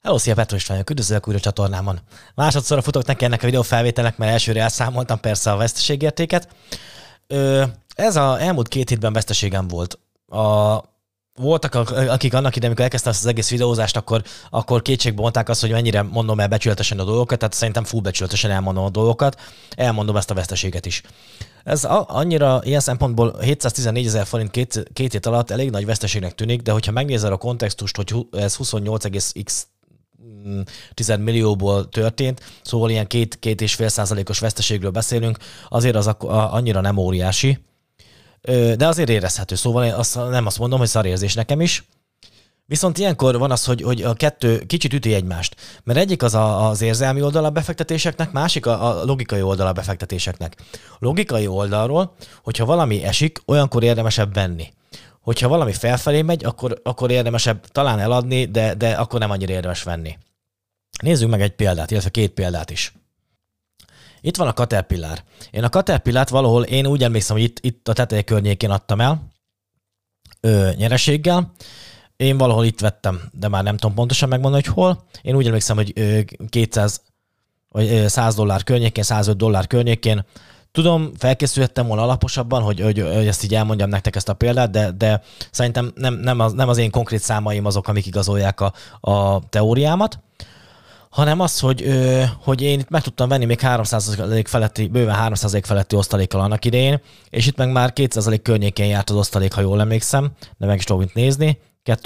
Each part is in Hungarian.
Hello, szia, Petro István, üdvözlök újra a csatornámon. Másodszorra futok neki ennek a videófelvételnek, mert elsőre elszámoltam persze a veszteségértéket. Ez az elmúlt 2 hétben veszteségem volt. Voltak, akik annak idején, amikor elkezdtem ezt az egész videózást, akkor kétségbe mondták azt, hogy mennyire mondom el becsületesen a dolgokat, tehát szerintem full becsületesen elmondom a dolgokat, elmondom ezt a veszteséget is. Ez annyira ilyen szempontból 714 000 forint 2 hét alatt elég nagy veszteségnek tűnik, de hogyha megnézel a kontextust, hogy ez 28,x 10 millióból történt, szóval ilyen 2,5%-os veszteségről beszélünk, azért az annyira nem óriási, de azért érezhető, szóval nem azt mondom, hogy szarérzés nekem is. Viszont ilyenkor van az, hogy a kettő kicsit üti egymást, mert egyik az érzelmi oldala a befektetéseknek, másik a logikai oldala a befektetéseknek. A logikai oldalról, hogyha valami esik, olyankor érdemesebb venni. Hogyha valami felfelé megy, akkor érdemesebb talán eladni, de akkor nem annyira érdemes venni. Nézzük meg egy példát, illetve 2 példát is. Itt van a Caterpillar. Én a Caterpillart valahol, én úgy emlékszem, hogy itt a teteje környékén adtam el nyereséggel. Én valahol itt vettem, de már nem tudom pontosan megmondani, hogy hol. Én úgy emlékszem, hogy 200 vagy $100 környékén, $105 környékén. Tudom, felkészülhettem volna alaposabban, hogy ezt így elmondjam nektek ezt a példát, de szerintem nem az én konkrét számaim azok, amik igazolják a teóriámat, hanem az, hogy én itt meg tudtam venni még 3% feletti, bőven 3% feletti osztalékkal annak idején, és itt meg már 2% környékén járt az osztalék, ha jól emlékszem, de meg is tudom itt nézni,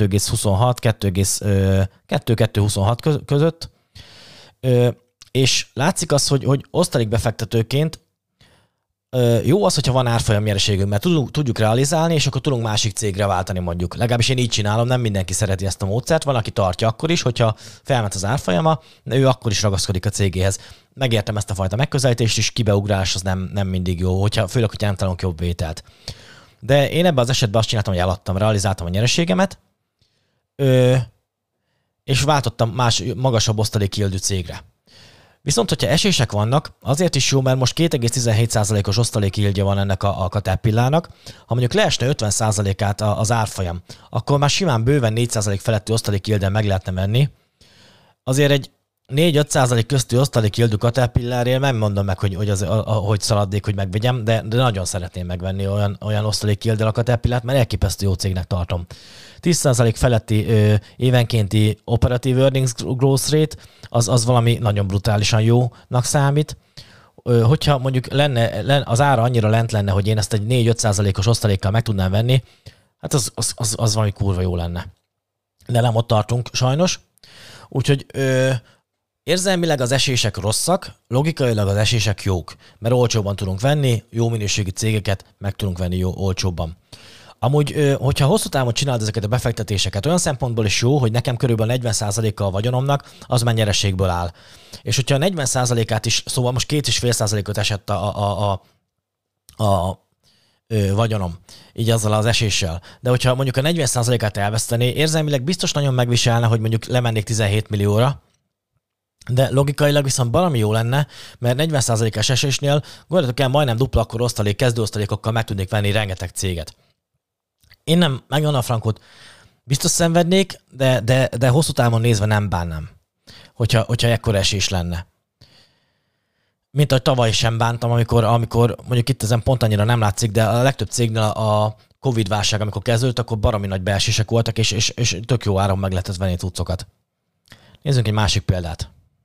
2,26 között, és látszik az, hogy osztalékbefektetőként jó az, hogyha van árfolyam nyereségünk, mert tudjuk realizálni, és akkor tudunk másik cégre váltani mondjuk. Legalábbis én így csinálom, nem mindenki szereti ezt a módszert, van, aki tartja akkor is, hogyha felment az árfolyama, ő akkor is ragaszkodik a cégéhez. Megértem ezt a fajta megközelítést is, kibeugrás az nem mindig jó, főleg, hogyha nem találunk jobb vételt. De én ebben az esetben azt csináltam, hogy eladtam, realizáltam a nyereségemet, és váltottam más magasabb osztalékildű cégre. Viszont, hogyha esések vannak, azért is jó, mert most 2,17%-os osztalékildja van ennek a Caterpillarnak. Ha mondjuk leesne 50%-át az árfolyam, akkor már simán bőven 4% feletti osztalékilden meg lehetne menni. Azért egy 4-5% közti osztalékildű Caterpillarért nem mondom meg, hogy szaladnék, hogy megvegyem, de nagyon szeretném megvenni olyan osztalékilddel a Caterpillart, mert elképesztő jó cégnek tartom. 10% feletti évenkénti operatív earnings growth rate, az valami nagyon brutálisan jónak számít. Hogyha mondjuk az ára annyira lent lenne, hogy én ezt egy 4-5%-os osztalékkal meg tudnám venni, hát az valami kurva jó lenne. De nem ott tartunk sajnos. Úgyhogy érzelmileg az esések rosszak, logikailag az esések jók, mert olcsóbban tudunk venni, jó minőségű cégeket meg tudunk venni olcsóbban. Amúgy, hogyha hosszú távon csinálod ezeket a befektetéseket, olyan szempontból is jó, hogy nekem körülbelül 40%-a a vagyonomnak, az már nyereségből áll. És hogyha a 40%-át is, szóval most 2,5%-ot esett a vagyonom, így azzal az eséssel. De hogyha mondjuk a 40%-át elvesztené, érzelmileg biztos nagyon megviselne, hogy mondjuk lemennék 17 millióra, de logikailag viszont valami jó lenne, mert 40%-es esésnél gondoljatok el, majdnem dupla akkor kezdőosztalékokkal meg tudnék venni rengeteg céget. Én nem, megvan a frankot, biztos szenvednék, de hosszú távon nézve nem bánnám, hogyha ekkora esés lenne. Mint ahogy tavaly sem bántam, amikor mondjuk itt ezen pont annyira nem látszik, de a legtöbb cégnél a Covid-válság, amikor kezdődött, akkor baromi nagy beesések voltak, és tök jó áron meg lehetett venni cuccokat. Nézzünk egy másik példát.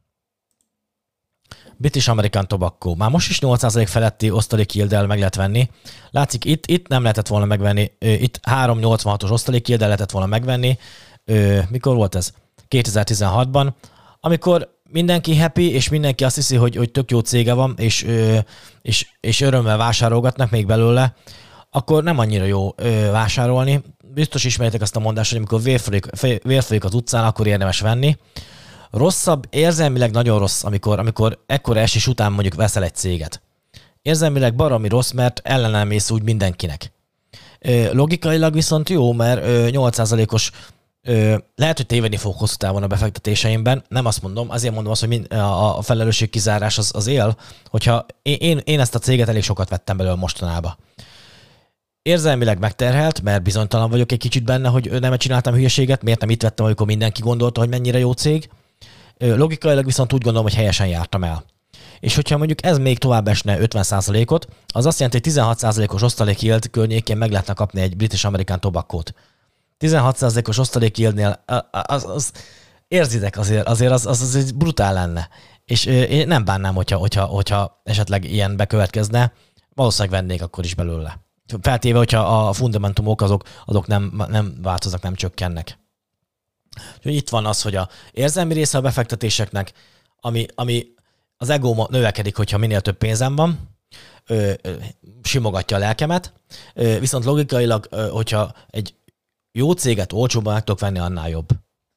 British American Tobacco. Már most is 8% feletti osztalékilddel meg lehet venni. Látszik, itt nem lehetett volna megvenni, itt 3,86-os osztalékilddel lehetett volna megvenni. Mikor volt ez? 2016-ban, amikor mindenki happy, és mindenki azt hiszi, hogy tök jó cége van, és örömmel vásárolgatnak még belőle, akkor nem annyira jó vásárolni. Biztos ismeritek azt a mondást, hogy amikor vérfolyik az utcán, akkor érdemes venni. Rosszabb, érzelmileg nagyon rossz, amikor ekkora esés után mondjuk veszel egy céget. Érzelmileg baromi rossz, mert ellenem mész úgy mindenkinek. Logikailag viszont jó, mert 8%-os lehet, hogy tévedni fog hosszú távon a befektetéseimben. Nem azt mondom, azért mondom azt, hogy a felelősség kizárás az él, hogyha én ezt a céget elég sokat vettem belőle mostanában. Érzelmileg megterhelt, mert bizonytalan vagyok egy kicsit benne, hogy nem csináltam hülyeséget, miért nem itt vettem, amikor mindenki gondolta, hogy mennyire jó cég. Logikailag viszont úgy gondolom, hogy helyesen jártam el. És hogyha mondjuk ez még tovább esne 50%-ot, az azt jelenti, hogy 16%-os osztalék yield környékén meg lehetne kapni egy British American Tobacco-t. 16%-os osztalék yieldnél az érzitek azért az brutál lenne. És én nem bánnám, hogyha esetleg ilyen bekövetkezne, valószínűleg vennék akkor is belőle. Feltéve, hogyha a fundamentumok azok nem változnak, nem csökkennek. Úgyhogy itt van az, hogy a érzelmi része a befektetéseknek, ami az ego növekedik, hogyha minél több pénzem van, simogatja a lelkemet, viszont logikailag, hogyha egy jó céget olcsóban meg tudok venni, annál jobb.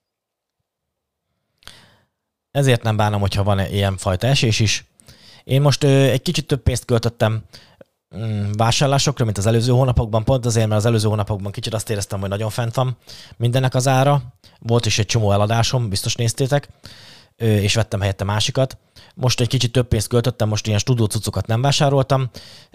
Ezért nem bánom, hogyha van ilyen fajta esés is. Én most egy kicsit több pénzt költöttem vásárlásokra, mint az előző hónapokban, pont azért, mert az előző hónapokban kicsit azt éreztem, hogy nagyon fent van mindennek az ára. Volt is egy csomó eladásom, biztos néztétek, és vettem helyette másikat. Most egy kicsit több pénzt költöttem, most ilyen stúdió cuccokat nem vásároltam,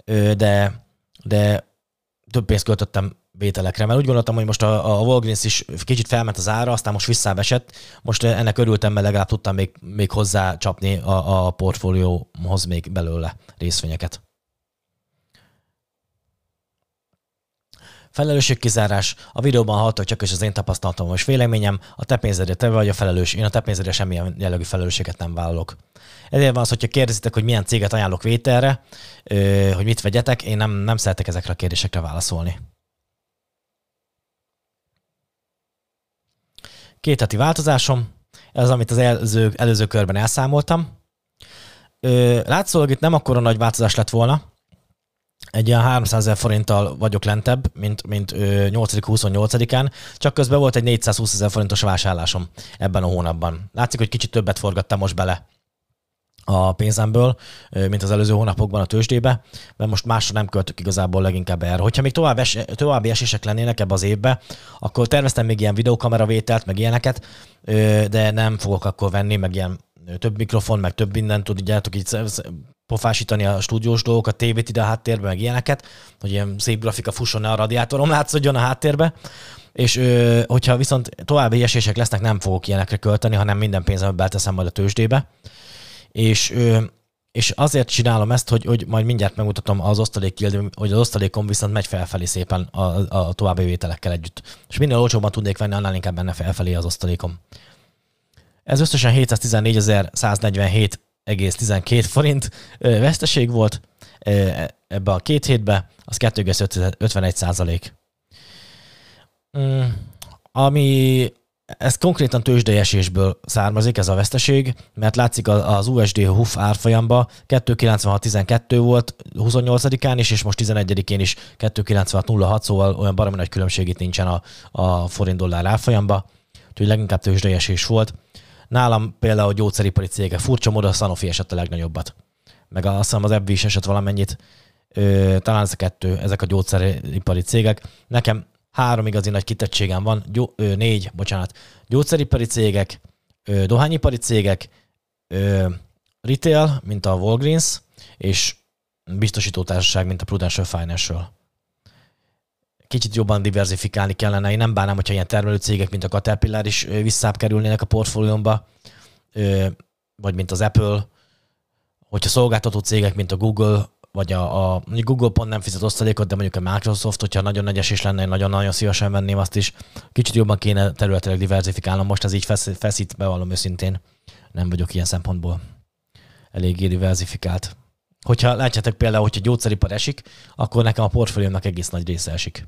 de több pénzt költöttem vételekre, mert úgy gondoltam, hogy most a Walgreens is kicsit felment az ára, aztán most visszábesett. Most ennek örültem, mert legalább tudtam még hozzá csapni a portfólióhoz még belőle részvényeket. Felelősségkizárás. A videóban hallottak csak is az én tapasztalatom és véleményem. A te pénzedért te vagy a felelős, én a te pénzedért semmilyen jellegű felelősséget nem vállalok. Ezért van az, hogyha kérdezitek, hogy milyen céget ajánlok vételre, hogy mit vegyetek, én nem szeretek ezekre a kérdésekre válaszolni. 2 heti változásom, ez amit az előző körben elszámoltam. Látszólag itt nem akkora nagy változás lett volna, egy ilyen 300 000 forinttal vagyok lentebb, mint 8.-28-án, csak közben volt egy 420 000 forintos vásárlásom ebben a hónapban. Látszik, hogy kicsit többet forgattam most bele a pénzemből, mint az előző hónapokban a tőzsdébe, mert most másra nem költök igazából leginkább erre. Hogyha még további esések lennének ebbe az évbe, akkor terveztem még ilyen videókameravételt, meg ilyeneket, de nem fogok akkor venni, meg ilyen több mikrofon, meg több mindent tudjátok így pofásítani a stúdiós dolgokat, tévét ide a háttérbe, meg ilyeneket, hogy ilyen szép grafika fusson a radiátorom, látszódjon a háttérbe. És hogyha viszont további esések lesznek, nem fogok ilyenekre költeni, hanem minden pénzemet beteszem majd a tőzsdébe. És azért csinálom ezt, hogy majd mindjárt megmutatom az osztalék, hogy az osztalékom viszont megy felfelé szépen a további vételekkel együtt. És minél olcsóbban tudnék venni, annál inkább benne felfelé az osztalékom. Ez összesen 714.147,12 forint veszteség volt ebbe a 2 hétbe, az 2,51%. Ami ez konkrétan tőzsdei esésből származik, ez a veszteség, mert látszik az USD HUF árfolyamba 2,9612 volt 28-án is, és most 11-én is 2,9606, szóval olyan baromi nagy különbség itt nincsen a forint-dollár árfolyamba, úgyhogy leginkább tőzsdei esés volt. Nálam például gyógyszeripari cégek, furcsa módon a Sanofi esett a legnagyobbat. Meg azt hiszem az AbbVie is esett valamennyit, talán ez a 2, ezek a gyógyszeripari cégek. Nekem 3 igazi nagy kitettségem van, 4, gyógyszeripari cégek, dohányipari cégek, retail, mint a Walgreens, és biztosítótársaság, mint a Prudential Financial. Kicsit jobban diversifikálni kellene. Én nem bánnám, hogyha ilyen termelő cégek, mint a Caterpillar is visszább kerülnének a portfóliómba, vagy mint az Apple, hogyha szolgáltató cégek, mint a Google, vagy a Google pont nem fizet osztalékot, de mondjuk a Microsoft, hogyha nagyon nagy esés lenne, én nagyon-nagyon szívesen venném azt is. Kicsit jobban kéne területileg diversifikálnom, most ez így feszít, bevallom őszintén. Nem vagyok ilyen szempontból eléggé diversifikált. Hogyha látjátok például, hogyha gyógyszeripar esik, akkor nekem a portfóliómnak egész nagy része esik.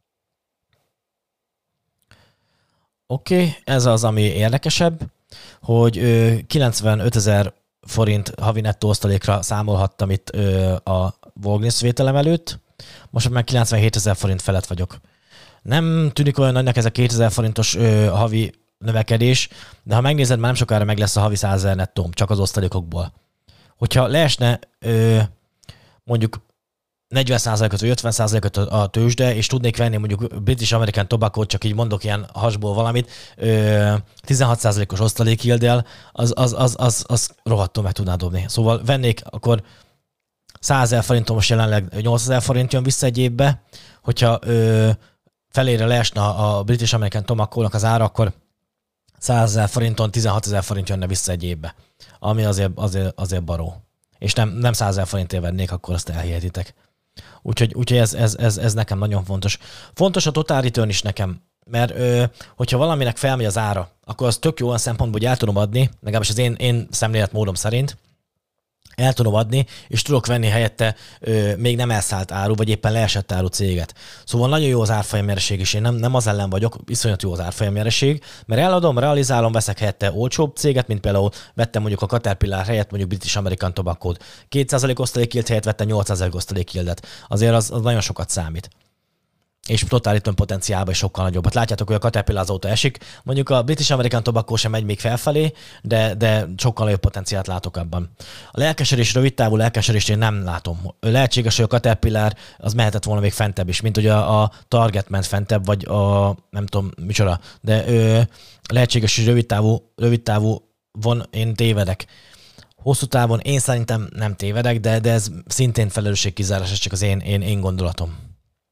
Oké, ez az, ami érdekesebb, hogy 95 000 forint havi nettó osztalékra számolhattam itt a Walgreens vételem előtt, most már 97 000 forint felett vagyok. Nem tűnik olyan nagynak ez a 2000 forintos havi növekedés, de ha megnézed, már nem sokára meg lesz a havi 100 000 nettóm, csak az osztalékokból. Hogyha leesne mondjuk 40%-ot vagy 50%-ot a tőzsde, és tudnék venni mondjuk British American Tobacco, csak így mondok ilyen hasból valamit, 16%-os osztalék yield-el, az rohadtul meg tudná dobni. Szóval vennék, akkor 100 000 forinton most jelenleg 8 000 forint jön vissza egy évbe, hogyha felére leesne a British American Tobacco-nak az ára, akkor 100 000 forinton 16 000 forint jönne vissza egy évbe, ami azért baró. És nem 100 000 forintért vennék, akkor azt elhihetitek. Úgyhogy ez nekem nagyon fontos. Fontos a total return is nekem, mert hogyha valaminek felmegy az ára, akkor az tök jó olyan szempontból, hogy el tudom adni, legalábbis az én szemléletmódom szerint, el tudom adni, és tudok venni helyette még nem elszállt áru, vagy éppen leesett áru céget. Szóval nagyon jó az árfolyamnyereség, és én nem az ellen vagyok, iszonyat jó az árfolyamnyereség, mert eladom, realizálom, veszek helyette olcsóbb céget, mint például vettem mondjuk a Caterpillar helyett mondjuk British American Tobacco-t. 2% osztalék yield helyett vettem 8% osztalék yieldet. Azért az nagyon sokat számít. És total return potenciálban is sokkal nagyobbat. Látjátok, hogy a Caterpillar azóta esik. Mondjuk a British American Tobacco sem megy még felfelé, de sokkal nagyobb potenciált látok abban. A lelkesedés, rövidtávú lelkesedést én nem látom. Lehetséges, hogy a Caterpillar az mehetett volna még fentebb is, mint hogy a Target ment fentebb, vagy a nem tudom micsoda, de lehetséges, hogy rövidtávú van, én tévedek. Hosszú távon én szerintem nem tévedek, de ez szintén felelősségkizárás, ez csak az én gondolatom.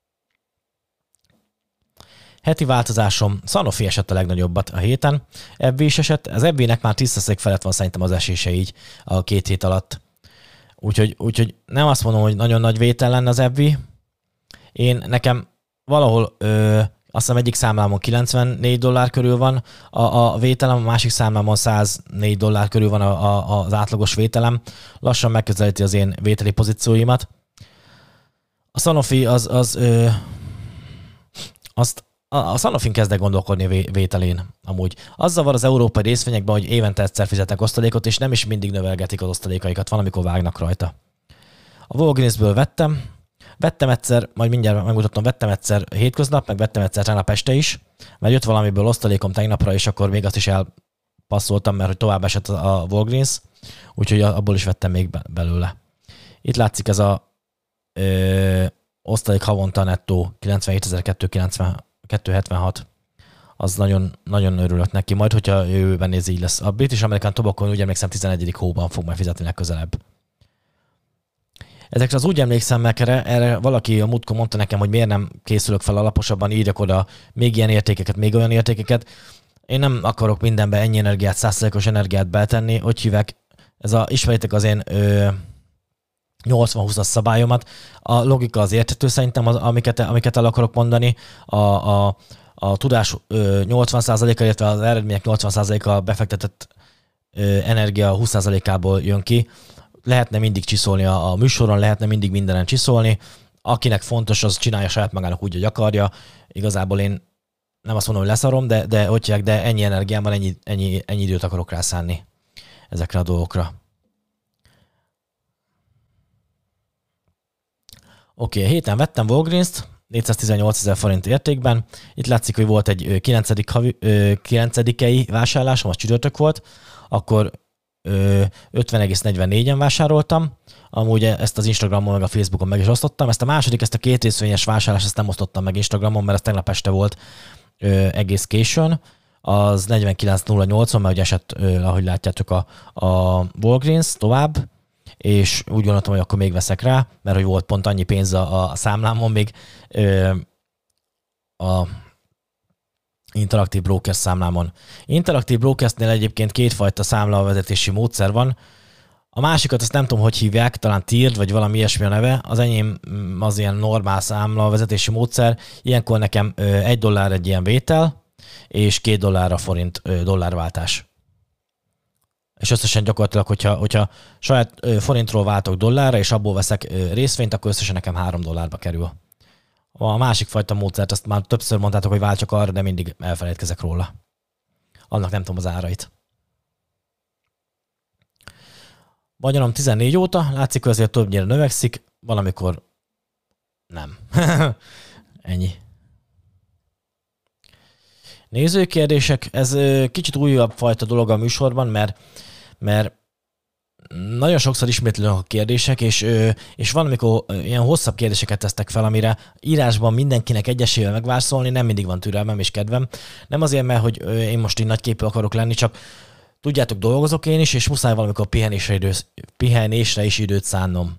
Heti változásom, Sanofi esett a legnagyobbat a héten, FB is esett, az FB-nek már 10% felett van szerintem az esése így a 2 hét alatt. Úgyhogy nem azt mondom, hogy nagyon nagy vétel lenne az FB. Nekem valahol azt hiszem egyik számlámon $94 körül van a vételem, a másik számlámon $104 körül van az átlagos vételem. Lassan megközelíti az én vételi pozícióimat. A Sanofi a Sanofin kezdek gondolkodni vételén amúgy. Az zavar az európai részvényekben, hogy évente egyszer fizetnek osztalékot, és nem is mindig növelgetik az osztalékaikat, valamikor vágnak rajta. A Walgreensből vettem egyszer, majd mindjárt megmutatom, vettem egyszer hétköznap, meg vettem egyszer tegnap este is, mert jött valamiből osztalékom tegnapra, és akkor még azt is elpasszoltam, mert hogy tovább esett a Walgreens, úgyhogy abból is vettem még belőle. Itt látszik ez a osztalék havonta nettó 97.276. Az nagyon, nagyon örülök neki. Majd, hogyha jövőben nézi, így lesz. A British American Tobacco, úgy emlékszem, 11. hóban fog majd fizetni legközelebb. Ezekre az úgy emlékszem, mert erre valaki a múltkor mondta nekem, hogy miért nem készülök fel alaposabban, írjak oda még ilyen értékeket, még olyan értékeket. Én nem akarok mindenbe ennyi energiát, 100%-os energiát betenni. Hogy hívják, ismeritek az én 80-20-as szabályomat. A logika az érthető szerintem, amiket el akarok mondani. A tudás 80%-a, illetve az eredmények 80%-a befektetett energia 20%-ából jön ki. Lehetne mindig csiszolni a műsoron, lehetne mindig mindenen csiszolni. Akinek fontos, az csinálja saját magának úgy, hogy akarja. Igazából én nem azt mondom, hogy leszarom, de ennyi energiámmal ennyi időt akarok rászánni ezekre a dolgokra. Oké, héten vettem Walgreens-t, 418 000 forint értékben. Itt látszik, hogy volt egy 9-i vásárlásom, az csütörtök volt, akkor 50,44-en vásároltam. Amúgy ezt az Instagramon meg a Facebookon meg is osztottam. Ezt a 2 részvényes vásárlást ezt nem osztottam meg Instagramon, mert ez tegnap este volt egész későn. Az 49,08-on, mert ugye esett, ahogy látjátok, a Walgreens tovább, és úgy gondoltam, hogy akkor még veszek rá, mert hogy volt pont annyi pénz a számlámon még a Interactive Brokers számlámon. Interactive Brokersnél egyébként 2 fajta számlavezetési módszer van. A másikat azt nem tudom, hogy hívják, talán TIRD, vagy valami ilyesmi a neve. Az enyém az ilyen normál számlavezetési módszer. Ilyenkor nekem $1 egy ilyen vétel, és $2 a forint dollárváltás. És összesen gyakorlatilag, hogyha saját forintról váltok dollárra, és abból veszek részvényt, akkor összesen nekem $3 kerül. A másik fajta módszert, azt már többször mondtátok, hogy váltsak arra, de mindig elfelejtkezek róla. Annak nem tudom az árait. Vagyonom 14 óta, látszik, hogy azért többnyire növekszik, valamikor nem. Ennyi. Nézőkérdések, ez kicsit újabb fajta dolog a műsorban, mert nagyon sokszor ismétlően a kérdések, és valamikor ilyen hosszabb kérdéseket tesztek fel, amire írásban mindenkinek egyesével megválaszolni, nem mindig van türelmem és kedvem. Nem azért, mert hogy én most így nagyképű akarok lenni, csak tudjátok, dolgozok én is, és muszáj valamikor pihenésre is időt szánnom.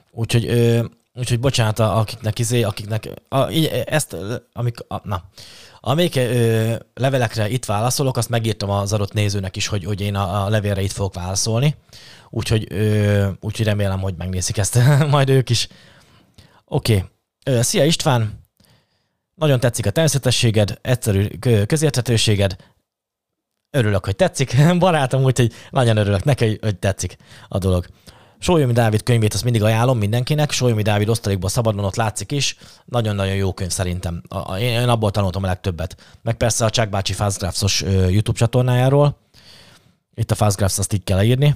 Úgyhogy bocsánat, akiknek Amelyik levelekre itt válaszolok, azt megírtam az adott nézőnek is, hogy én a levélre itt fogok válaszolni. Úgyhogy remélem, hogy megnézik ezt majd ők is. Oké. Szia István! Nagyon tetszik a természetességed, egyszerű közérthetőséged. Örülök, hogy tetszik. Barátom, úgyhogy nagyon örülök neki, hogy tetszik a dolog. Sólyomi Dávid könyvét azt mindig ajánlom mindenkinek. Sólyomi Dávid osztalékból szabadon, ott látszik is. Nagyon-nagyon jó könyv szerintem. Én abból tanultam a legtöbbet. Meg persze a Csák bácsi Fastgraphs-os YouTube csatornájáról. Itt a Fastgraphs, azt így kell írni.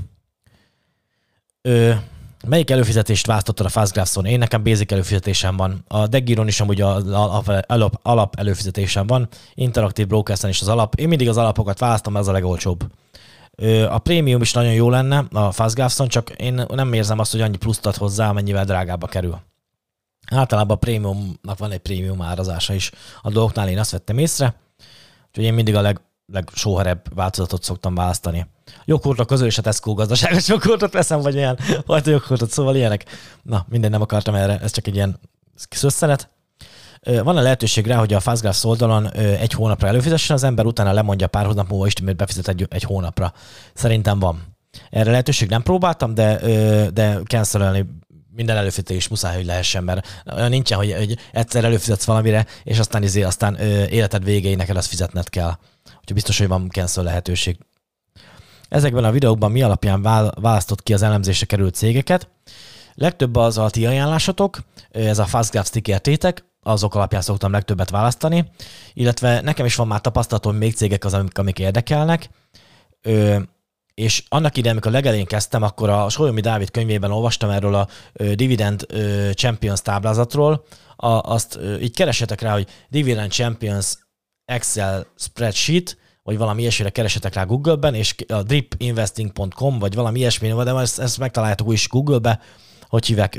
Melyik előfizetést választottad a Fastgraphs-on? Én nekem basic előfizetésem van. A Deggiron is amúgy alap előfizetésem van. Interaktív Broadcast-en is az alap. Én mindig az alapokat választom, ez a legolcsóbb. A prémium is nagyon jó lenne a Fastgraphs-on, csak én nem érzem azt, hogy annyi pluszt ad hozzá, amennyivel drágábba kerül. Általában a prémiumnak van egy prémium árazása is. A dolgoknál én azt vettem észre, úgyhogy én mindig a legsóherebb változatot szoktam választani. Joghurtot közül is a Tesco gazdaságos joghurtot veszem, vagy ilyen fajta joghurtot, szóval ilyenek. Na, minden nem akartam erre, ez csak egy ilyen szösszenet. Van-e lehetőség rá, hogy a Fastgraphs oldalon egy hónapra előfizessen az ember, utána lemondja pár hónap múlva ismét befizet egy hónapra? Szerintem van. Erre lehetőség nem próbáltam, de cancelölni minden előfizetés muszáj, hogy lehessen, mert nincsen, hogy egyszer előfizetsz valamire, és aztán életed végéig neked azt fizetned kell. Úgyhogy biztos, hogy van cancel lehetőség. Ezekben a videókban mi alapján választott ki az elemzésre került cégeket? Legtöbb az a ti ajánlásotok, ez a Fastgraphs tikkertétek, azok alapján szoktam legtöbbet választani, illetve nekem is van már tapasztalatom, még cégek az, amik érdekelnek, és annak idején, amikor legelején kezdtem, akkor a Sólyomi Dávid könyvében olvastam erről a Dividend Champions táblázatról, azt így keresetek rá, hogy Dividend Champions Excel spreadsheet, vagy valami ilyesmire keresetek rá Google-ben, és a dripinvesting.com, vagy valami ilyesmi, de ezt megtaláljátok úgy is Google-be, hogy hívják,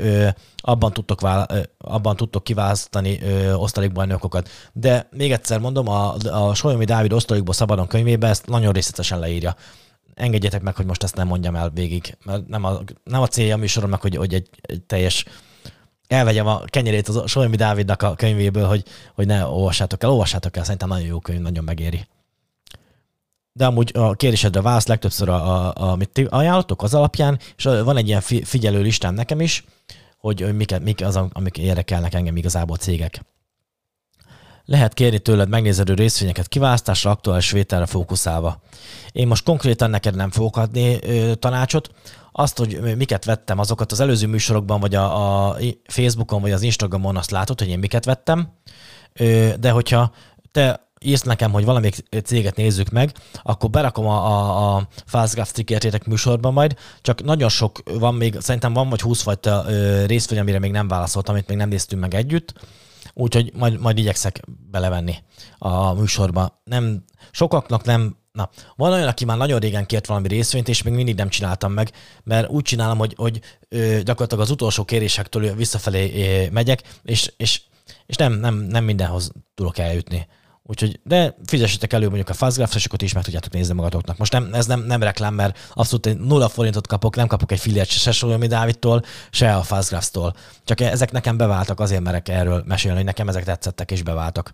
abban tudtok kiválasztani osztalékbajnokokat. De még egyszer mondom, a Sólyomi Dávid osztalékból szabadon könyvében ezt nagyon részletesen leírja. Engedjétek meg, hogy most ezt nem mondjam el végig, mert nem a célja a műsoromnak, hogy egy teljes elvegyem a kenyerét a Sólyomi Dávidnak a könyvéből, hogy ne olvassátok el, szerintem nagyon jó könyv, nagyon megéri. De amúgy a kérdésedre válasz legtöbbször, amit ti ajánlottok az alapján, és van egy ilyen figyelő listám nekem is, hogy mik az, amik érdekelnek engem igazából cégek. Lehet kérni tőled megnézedő részvényeket kiválasztásra, aktuális vételre fókuszálva. Én most konkrétan neked nem fogok adni tanácsot. Azt, hogy miket vettem, azokat az előző műsorokban, vagy a Facebookon, vagy az Instagramon azt látod, hogy én miket vettem. De hogyha te írsz nekem, hogy valamelyik céget nézzük meg, akkor berakom a Fastgraphs tikkertétek műsorban majd, csak nagyon sok van még, szerintem van vagy 20 fajta részvény, amire még nem válaszoltam, amit még nem néztünk meg együtt, úgyhogy majd igyekszek belevenni a műsorba. Sokaknak nem. Na, van olyan, aki már nagyon régen kért valami részvényt, és még mindig nem csináltam meg, mert úgy csinálom, hogy gyakorlatilag az utolsó kérésektől visszafelé megyek, és nem mindenhoz tudok eljutni. Úgyhogy, de fizessetek elő mondjuk a Fastgraphs, és akkor is meg tudjátok nézni magatoknak. Most ez nem reklám, mert abszolút 0 forintot kapok, nem kapok egy fillért se Sólyomi Dávidtól, se a Fastgraphs-tól. Csak ezek nekem beváltak, azért merek erről mesélni, hogy nekem ezek tetszettek és beváltak.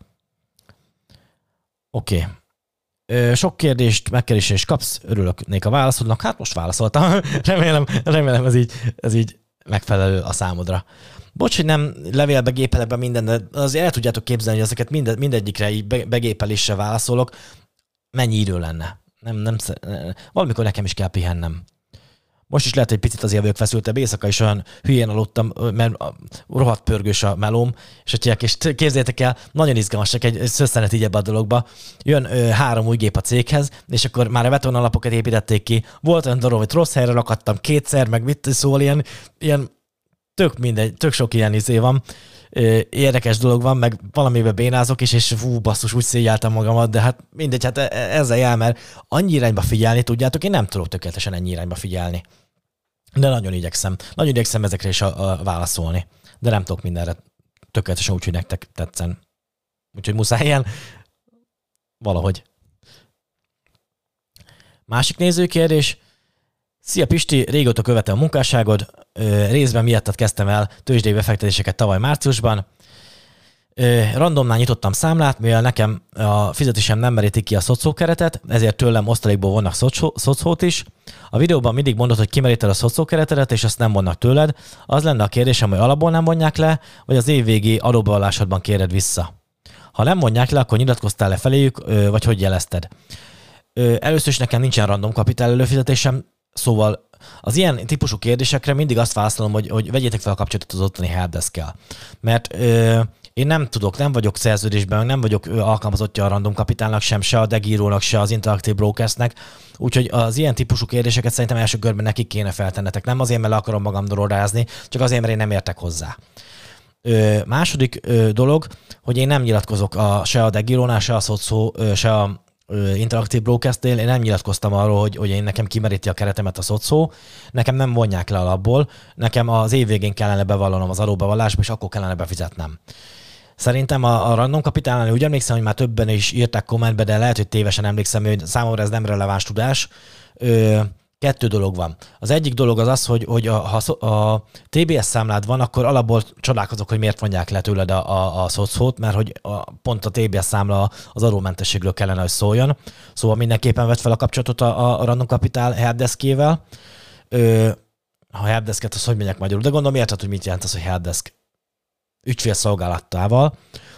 Oké. Sok kérdést, megkeresést kapsz, örülök a válaszodnak. Hát most válaszoltam. remélem ez így megfelelő a számodra. Bocs, hogy nem levélbe gépelek be minden, de azért el tudjátok képzelni, hogy ezeket mindegyikre így begépeléssel válaszolok. Mennyi idő lenne? Valamikor nekem is kell pihennem. Most is lehet, hogy picit azért vagyok feszültebb, éjszaka is olyan hülyén aludtam, mert rohadt pörgős a melóm, és képzeljétek el, nagyon izgalmas, csak egy szösszenet így ebbe a dologba. Jön 3 új gép a céghez, és akkor már a betonalapokat építették ki. Volt olyan dolog, hogy rossz helyre rakadtam 2-szer, meg mit szól, ilyen tök sok ilyen van. Érdekes dolog van, meg valamiben bénázok is, és basszus, úgy szégyeltem magamat, de hát mindegy, hát ezzel jár, mert annyi irányba figyelni, tudjátok, én nem tudok tökéletesen ennyi irányba figyelni. De nagyon igyekszem ezekre is válaszolni. De nem tudok mindenre tökéletesen úgy, hogy nektek tetszen. Úgyhogy muszáj ilyen valahogy. Másik nézőkérdés. Szia Pisti, régóta követem a munkásságod, részben miattad kezdtem el tőzsdei befektetéseket tavaly márciusban. Randomnál nyitottam számlát, mivel nekem a fizetésem nem meríti ki a szocókeretet, ezért tőlem osztalékból vonnak szocót is. A videóban mindig mondod, hogy kimeríted a szocókeretedet, és azt nem vonnak tőled. Az lenne a kérdésem, hogy alapból nem vonják le, vagy az évvégi adóbevallásodban kéred vissza. Ha nem vonják le, akkor nyilatkoztál le feléjük, vagy hogy jelezted? Először is nekem nincsen random kapitál előfizetésem, szóval az ilyen típusú kérdésekre mindig azt válaszolom, hogy vegyétek fel a kapcsolatot az ottani helpdesk-kel. Mert én nem vagyok szerződésben, nem vagyok alkalmazottja a random kapitálnak sem, se a Degírónak, se az Interactive Brokersnek, úgyhogy az ilyen típusú kérdéseket szerintem első körben nekik kéne feltennetek. Nem azért, mert le akarom magam dorodázni, csak azért, mert én nem értek hozzá. Második dolog, hogy én nem nyilatkozok se a Degírónál, se a Szocó, se a Interactive Brokersnél, én nem nyilatkoztam arról, hogy én nekem kimeríti a keretemet a szocó, nekem nem vonják le alapból, nekem az év végén kellene bevallanom az adóbevallásba, és akkor kellene befizetnem. Szerintem a random kapitálnál úgy emlékszem, hogy már többen is írták kommentbe, de lehet, hogy tévesen emlékszem, hogy számomra ez nem releváns tudás. Kettő dolog van. Az egyik dolog az, hogy ha a TBS számlád van, akkor alapból csodálkozok, hogy miért vonják le tőled a szocót, mert hogy pont a TBS számla az adómentességről kellene, hogy szóljon. Szóval mindenképpen vett fel a kapcsolatot a Random Capital helpdeskjével. A helpdesket, az hogy mondják magyarul, de gondolom érted, hogy mit jelent az, hogy helpdesk ügyfélszolgálattával.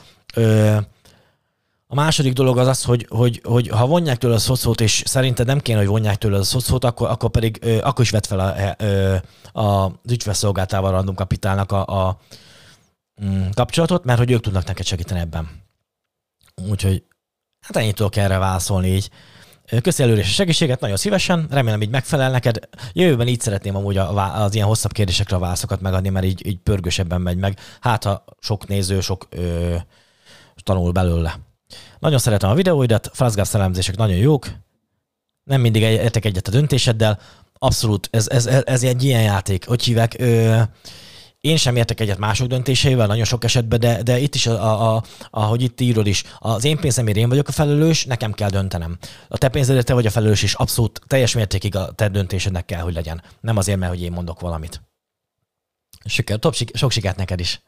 A második dolog az, hogy ha vonják tőle a szocót, és szerinted nem kéne, hogy vonják tőle a szocót, akkor pedig akkor is vett fel az ügyfélszolgáltával a Random Capitalnak a kapcsolatot, mert hogy ők tudnak neked segíteni ebben. Úgyhogy hát ennyit tudok erre válaszolni így. Köszi előre a segítséget, nagyon szívesen, remélem így megfelel neked. Jövőben így szeretném amúgy az ilyen hosszabb kérdésekre a válaszokat megadni, mert így pörgősebben megy meg. Hát ha sok néző, sok tanul belőle. Nagyon szeretem a videóidat, FastGraphs elemzések nagyon jók. Nem mindig értek egyet a döntéseddel. Abszolút, ez egy ilyen játék. Hogy hívják? Én sem értek egyet mások döntéseivel, nagyon sok esetben, de itt is, ahogy itt írod is, az én pénzemért én vagyok a felelős, nekem kell döntenem. A te pénzedért te vagy a felelős, és abszolút teljes mértékig a te döntésednek kell, hogy legyen. Nem azért, mert hogy én mondok valamit. Sok sikert neked is.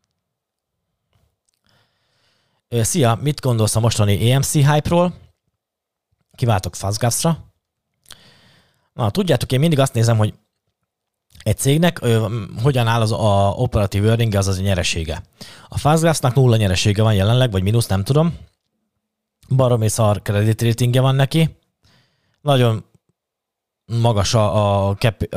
Szia, mit gondolsz a mostani EMC hype-ról? Kiváltok FastGraphs-ra. Na, tudjátok, én mindig azt nézem, hogy egy cégnek hogyan áll az operatív earning, az a nyeresége. A FastGraphs-nak 0 nyeresége van jelenleg, vagy mínusz, nem tudom. Baromi szar credit ratingje van neki. Nagyon magas a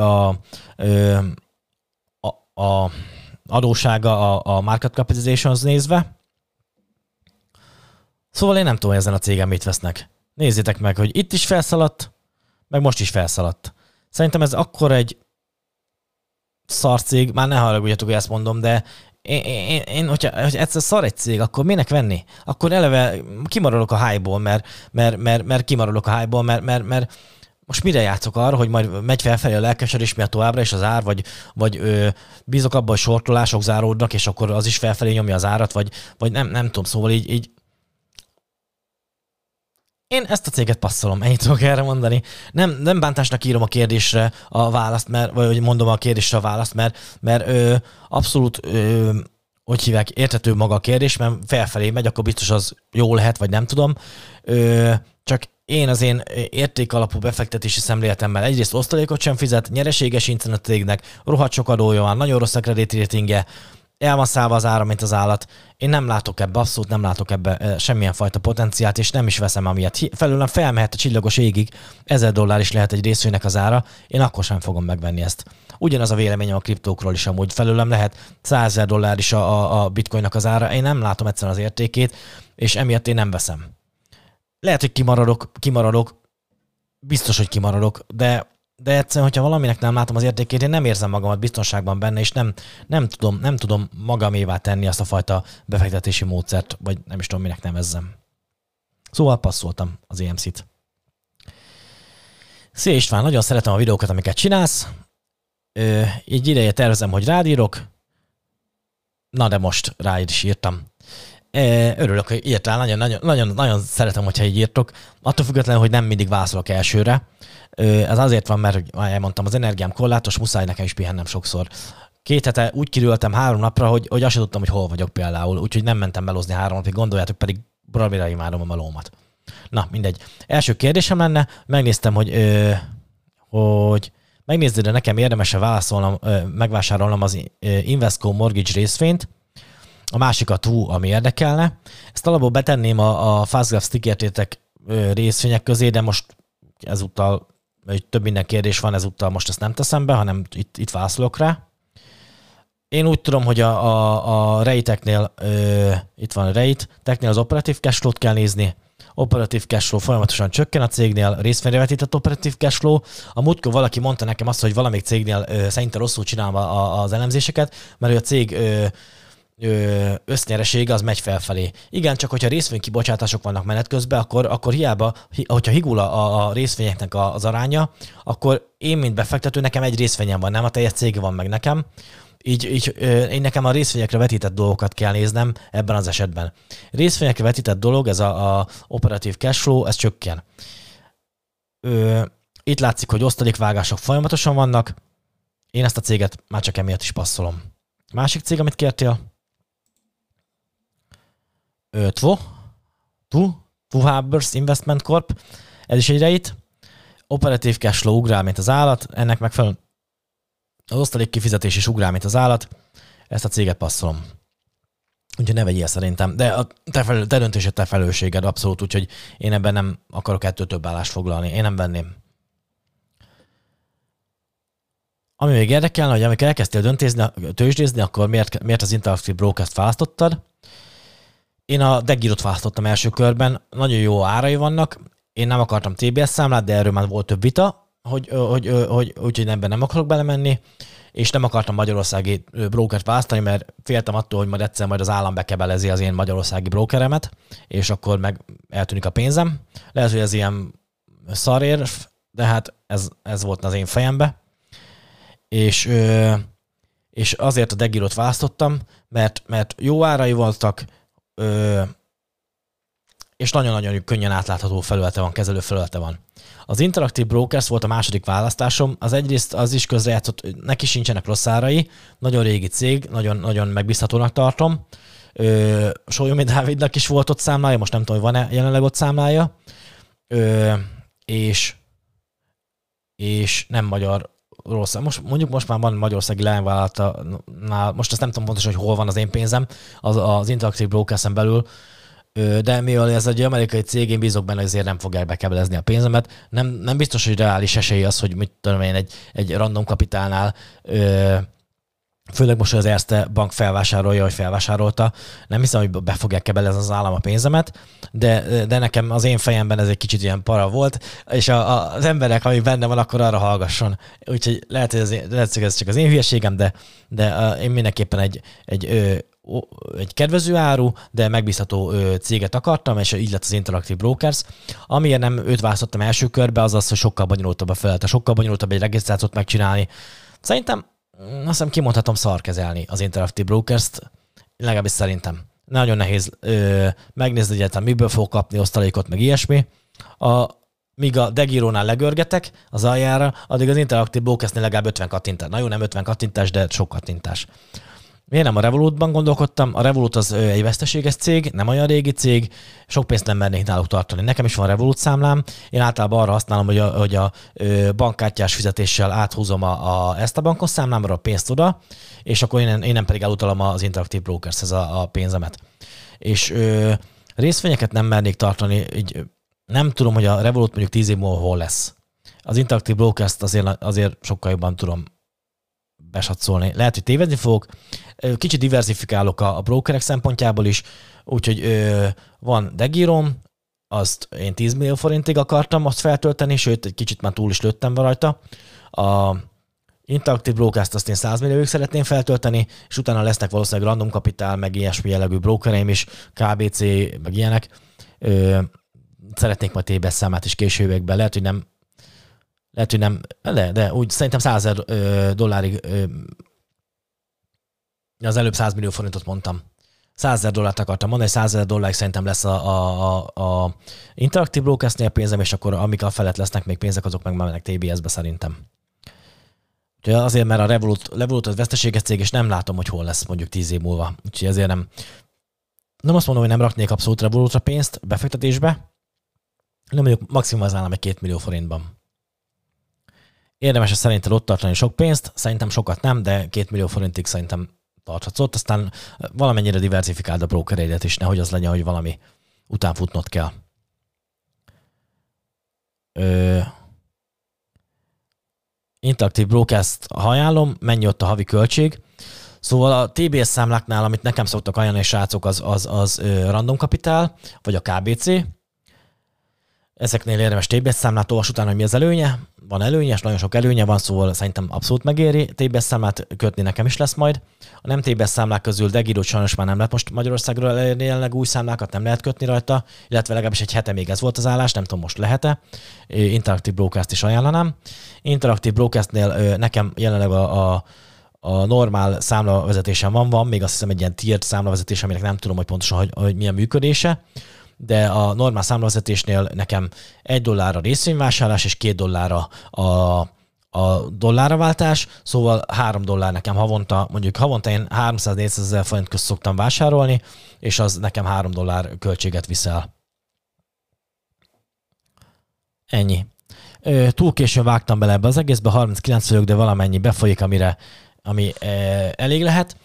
adósága a market capitalizations nézve. Szóval én nem tudom, hogy ezen a cégen mit vesznek. Nézzétek meg, hogy itt is felszaladt, meg most is felszaladt. Szerintem ez akkor egy szarcég, már ne haragudjatok, hogy ezt mondom, de hogyha egyszer szar egy cég, akkor minek venni? Akkor eleve kimaradok a hype-ból, mert kimaradok a hype-ból, mert most mire játszok arra, hogy majd megy felfelé a lelkesedés miatt továbbra is az ár, vagy bízok abban, hogy sortolások záródnak, és akkor az is felfelé nyomja az árat, vagy nem tudom, szóval így én ezt a céget passzolom, ennyit tudok erre mondani. Nem bántásnak írom a kérdésre a választ, vagy mondom a kérdésre a választ, mert abszolút, hogy hívják, érthető maga a kérdés, mert felfelé megy, akkor biztos az jó lehet, vagy nem tudom. Csak én az én értékalapú befektetési szemléletemmel egyrészt osztalékot sem fizet, nyereséges a cégnek, rohadt sok adója van, nagyon rossz a credit ratingje, el van szállva az ára, mint az állat. Én nem látok ebbe, abszolút nem látok ebbe semmilyen fajta potenciált, és nem is veszem amiatt. Felőlem felmehet a csillagos égig, $1000 is lehet egy részvénynek az ára, én akkor sem fogom megvenni ezt. Ugyanaz a véleményem a kriptókról is amúgy. Felőlem lehet $100,000 is a bitcoinnak az ára, én nem látom egyszerűen az értékét, és emiatt én nem veszem. Lehet, hogy kimaradok, biztos, hogy kimaradok, de egyszerűen, hogyha valaminek nem látom az értékét, én nem érzem magamat biztonságban benne, és nem tudom magamévá tenni azt a fajta befektetési módszert, vagy nem is tudom, minek nevezzem. Szóval passzoltam az EMC-t. Szia István, nagyon szeretem a videókat, amiket csinálsz. Egy ideje tervezem, hogy rád írok. Na de most rá is írtam. Örülök, hogy írtál, nagyon szeretem, hogyha így írtok. Attól függetlenül, hogy nem mindig válaszolok elsőre. Ez azért van, mert, hogy elmondtam, az energiám korlátos, muszáj nekem is pihennem sokszor. 2 hete úgy kirültem 3 napra, hogy azt sem tudtam, hogy hol vagyok például, úgyhogy nem mentem melózni 3 napig, gondoljátok, pedig bravira imádom a melómat. Na, mindegy. Első kérdésem lenne, megnéztem, hogy megnézd, de nekem érdemes-e válaszolnom, megvásárolnom az Invesco Mortgage részvényt, a másik a TWO, ami érdekelne. Ezt alapból betenném a Fastgraph stickértétek részvények közé, de most ezúttal több minden kérdés van, ezúttal most ezt nem teszem be, hanem itt válaszolok rá. Én úgy tudom, hogy a REIT-eknél, itt van a REIT-eknél az operatív cashflow-t kell nézni, operatív cashflow folyamatosan csökken a cégnél, részvényre vetített operatív cashflow. A múltkor valaki mondta nekem azt, hogy valamelyik cégnél szerintem rosszul csinálom az elemzéseket, mert a cég össznyeresége az megy felfelé. Igen, csak hogyha részvénykibocsátások vannak menet közben, akkor hiába, hogyha higul a részvényeknek az aránya, akkor én, mint befektető, nekem egy részvényem van, nem a teljes cég van meg nekem. Így én nekem a részvényekre vetített dolgokat kell néznem ebben az esetben. Részvényekre vetített dolog, ez a operatív cashflow, ez csökken. Itt látszik, hogy osztalékvágások folyamatosan vannak. Én ezt a céget már csak emiatt is passzolom. Másik cég, amit kértél? TWO Harbors Investment Corp. Ez is egy REIT. Operatív cashflow ugrál, mint az állat. Ennek megfelelően az osztalék kifizetés is ugrál, mint az állat. Ezt a céget passzolom. Úgyhogy ne vegyél szerintem. De a te döntésed, te felelősséged abszolút, úgyhogy én ebben nem akarok ettől több állást foglalni. Én nem venném. Ami még érdekelne, hogy amikor elkezdtél tőzsdézni, akkor miért az Interactive Brokers-t választottad? Én a Degirot választottam első körben. Nagyon jó árai vannak. Én nem akartam TBS számlát, de erről már volt több vita, úgyhogy ebben nem akarok belemenni, és nem akartam magyarországi brokert választani, mert féltem attól, hogy majd egyszer majd az állam bekebelezi az én magyarországi brokeremet, és akkor meg eltűnik a pénzem. Lehet, hogy ez ilyen szarérv, de hát ez volt az én fejembe. És azért a Degirot választottam, mert jó árai voltak, és nagyon-nagyon könnyen átlátható felülete van, kezelő felülete van. Az Interactive Brokers volt a második választásom. Az egyrészt az is közrejátszott, neki sincsenek rossz árai, nagyon régi cég, nagyon megbízhatónak tartom. Sólyomi Dávidnak is volt ott számlája, most nem tudom, hogy van-e jelenleg ott számlája. És nem magyar rossz. Most már van magyarországi leányvállalatnál, most azt nem tudom pontosan, hogy hol van az én pénzem, az Interactive Brokers-en belül, de mivel ez egy amerikai cég, én bízok benne, hogy azért nem fogják bekebelezni a pénzemet. Nem biztos, hogy reális esély az, hogy mit tudom én, egy random kapitálnál, főleg most, hogy az Erste Bank felvásárolja, vagy felvásárolta, nem hiszem, hogy be fogják kebelezni az állam a pénzemet, de nekem az én fejemben ez egy kicsit ilyen para volt, és az emberek, ami benne van, akkor arra hallgasson. Úgyhogy lehet, hogy ez csak az én hülyeségem, de én mindenképpen egy kedvező áru, de megbízható céget akartam, és így lett az Interactive Brokers. Amiért nem őt választottam első körbe, az az, hogy sokkal bonyolultabb a felete, sokkal bonyolultabb egy regisztrációt megcsinálni. Szerintem azt hiszem kimondhatom szarkezelni az Interactive Brokers-t, legalábbis szerintem. Nagyon nehéz megnézni egyáltalán, miből fog kapni osztalékot, meg ilyesmi. Míg a Degironál legörgetek az aljára, addig az Interactive Brokersnél legalább 50 kattintás. Na jó, nem 50 kattintás, de sok kattintás. Miért nem a Revolutban gondolkodtam? A Revolut az egy veszteséges cég, nem olyan régi cég, sok pénzt nem mernék náluk tartani. Nekem is van Revolut számlám, én általában arra használom, hogy a bankkártyás fizetéssel áthúzom ezt a bankos számlámra a pénzt oda, és akkor én nem pedig elutalom az Interactive Brokershez a pénzemet. És részvényeket nem mernék tartani, így nem tudom, hogy a Revolut mondjuk 10 év múlva hol lesz. Az Interactive Brokers-t azért sokkal jobban tudom besatszolni. Lehet, hogy tévedni fogok. Kicsit diversifikálok a brokerek szempontjából is, úgyhogy van Degirom, azt én 10 millió forintig akartam azt feltölteni, sőt, egy kicsit már túl is lőttem rajta. A Interactive Brokers-t azt én 100 millióig szeretném feltölteni, és utána lesznek valószínűleg Random Capital, meg ilyesmi jellegű brokereim is, KBC, meg ilyenek. Szeretnék majd TBS számát is későbbekben. Lehet, hogy nem, de úgy szerintem $100,000 az előbb 100 millió forintot mondtam. $100,000 akartam mondani, $100,000 szerintem lesz a Interactive Brokers-nél pénzem, és akkor amik a felett lesznek még pénzek, azok meg mennek TBS-be szerintem. Úgyhogy azért, mert a Revolut az veszteséges cég, és nem látom, hogy hol lesz mondjuk 10 év múlva. Úgyhogy ezért nem azt mondom, hogy nem raknék abszolút Revolutra pénzt befektetésbe, de mondjuk maximalizálnám egy 2 millió forintban. Érdemes szerintem ott tartani sok pénzt, szerintem sokat nem, de 2 millió forintig szerintem tarthatsz ott, aztán valamennyire diversifikáld a brokereidet is, nehogy az legyen, hogy valami után futnod kell. Interaktív Brokers ajánlom, mennyi ott a havi költség. Szóval a TBS számláknál, amit nekem szoktak ajánlani srácok, az Random Capital, vagy a KBC. Ezeknél érdemes TBS számlát olvas utána, hogy mi az előnye. Van előnye, és nagyon sok előnye van, szóval szerintem abszolút megéri. TBS számlát kötni nekem is lesz majd. A nem TBS számlák közül Degidót sajnos már nem lehet most Magyarországról elérni, jelenleg új számlákat nem lehet kötni rajta, illetve legalábbis egy hete még ez volt az állás, nem tudom most lehet-e. Interactive Brokers-t is ajánlanám. Interactive Brokers-nél nekem jelenleg a normál számlavezetésem van még azt hiszem egy ilyen tiered számlavezetés, aminek nem tudom, hogy pontosan hogy milyen működése, de a normál számlavezetésnél nekem $1 a részvényvásárlás és $2 a dollárváltás, szóval $3 nekem havonta, mondjuk havonta én 300-400 ezer forint közt szoktam vásárolni, és az nekem $3 költséget viszel. Ennyi. Túl későn vágtam bele ebbe az egészbe, 39 vagyok, de valamennyi befolyik, ami elég lehet.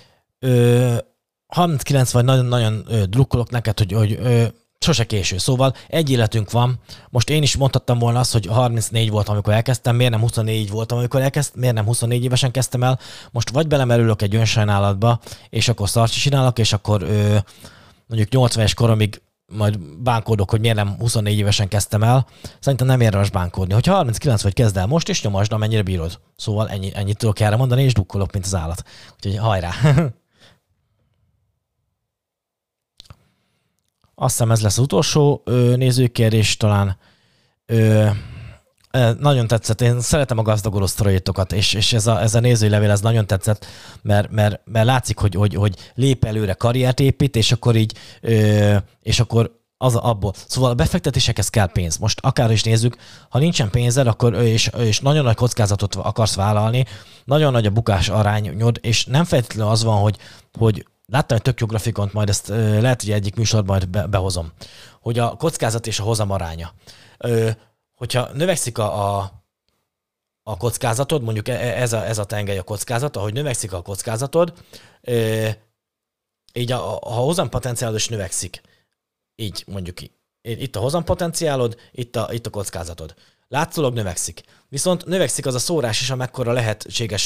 39 vagy nagyon-nagyon drukkolok neked, hogy sose késő. Szóval egy életünk van. Most én is mondhattam volna azt, hogy 34 voltam, amikor elkezdtem, miért nem 24 voltam, amikor elkezdtem, miért nem 24 évesen kezdtem el. Most vagy belemerülök egy önsajnálatba, és akkor szart csinálok, és akkor mondjuk 80 éves koromig majd bánkódok, hogy miért nem 24 évesen kezdtem el. Szerintem nem érdemes bánkódni. Hogyha 39 vagy kezd el most, és nyomasd, amennyire bírod. Szóval ennyit tudok erre mondani, és drukkolok, mint az állat. Úgyhogy hajrá! Azt hiszem ez lesz az utolsó nézőkérdés talán. Nagyon tetszett. Én szeretem a gazdag sztoritokat, és ez a nézői levél ez nagyon tetszett, mert látszik, hogy lép előre, karriert épít, és akkor így, és akkor az abból. Szóval a befektetésekhez kell pénz. Most akár is nézzük, ha nincsen pénzed, akkor, és nagyon nagy kockázatot akarsz vállalni, nagyon nagy a bukás arányod, és nem feltétlenül az van, hogy láttam egy tök jó grafikont, majd ezt lehet, hogy egyik műsorban majd behozom, hogy a kockázat és a hozam aránya. Hogyha növekszik a kockázatod, mondjuk ez a tengely a kockázat, ahogy növekszik a kockázatod, így a hozampotenciálod is növekszik. Így mondjuk itt a hozampotenciálod, itt a kockázatod. Látszólag növekszik. Viszont növekszik az a szórás is, amekkora lehetséges